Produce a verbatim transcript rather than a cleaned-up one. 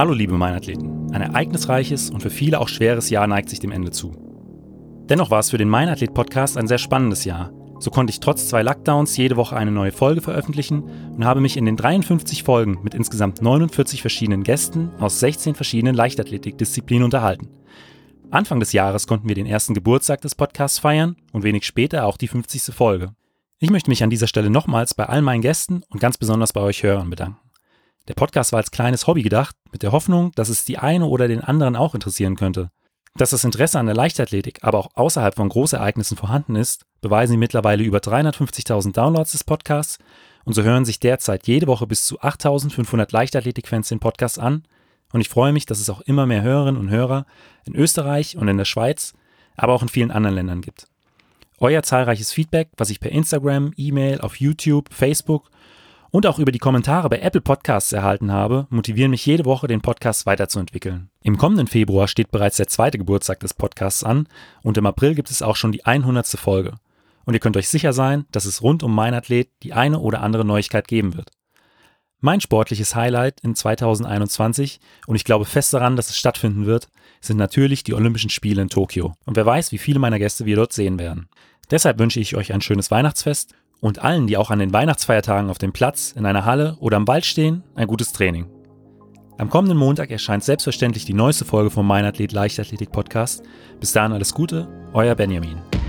Hallo liebe Meinathleten, ein ereignisreiches und für viele auch schweres Jahr neigt sich dem Ende zu. Dennoch war es für den Meinathlet-Podcast ein sehr spannendes Jahr. So konnte ich trotz zwei Lockdowns jede Woche eine neue Folge veröffentlichen und habe mich in den dreiundfünfzig Folgen mit insgesamt neunundvierzig verschiedenen Gästen aus sechzehn verschiedenen Leichtathletikdisziplinen unterhalten. Anfang des Jahres konnten wir den ersten Geburtstag des Podcasts feiern und wenig später auch die fünfzigste Folge. Ich möchte mich an dieser Stelle nochmals bei all meinen Gästen und ganz besonders bei euch Hörern bedanken. Der Podcast war als kleines Hobby gedacht, mit der Hoffnung, dass es die eine oder den anderen auch interessieren könnte. Dass das Interesse an der Leichtathletik aber auch außerhalb von Großereignissen vorhanden ist, beweisen die mittlerweile über dreihundertfünfzigtausend Downloads des Podcasts und so hören sich derzeit jede Woche bis zu achttausendfünfhundert Leichtathletik-Fans den Podcast an und ich freue mich, dass es auch immer mehr Hörerinnen und Hörer in Österreich und in der Schweiz, aber auch in vielen anderen Ländern gibt. Euer zahlreiches Feedback, was ich per Instagram, E-Mail, auf YouTube, Facebook und auch über die Kommentare bei Apple Podcasts erhalten habe, motivieren mich jede Woche, den Podcast weiterzuentwickeln. Im kommenden Februar steht bereits der zweite Geburtstag des Podcasts an und im April gibt es auch schon die hundertste Folge. Und ihr könnt euch sicher sein, dass es rund um Meinathlet die eine oder andere Neuigkeit geben wird. Mein sportliches Highlight in zweitausendeinundzwanzig, und ich glaube fest daran, dass es stattfinden wird, sind natürlich die Olympischen Spiele in Tokio. Und wer weiß, wie viele meiner Gäste wir dort sehen werden. Deshalb wünsche ich euch ein schönes Weihnachtsfest und allen, die auch an den Weihnachtsfeiertagen auf dem Platz, in einer Halle oder am Wald stehen, ein gutes Training. Am kommenden Montag erscheint selbstverständlich die neueste Folge vom Meinathlet Leichtathletik Podcast. Bis dahin alles Gute, euer Benjamin.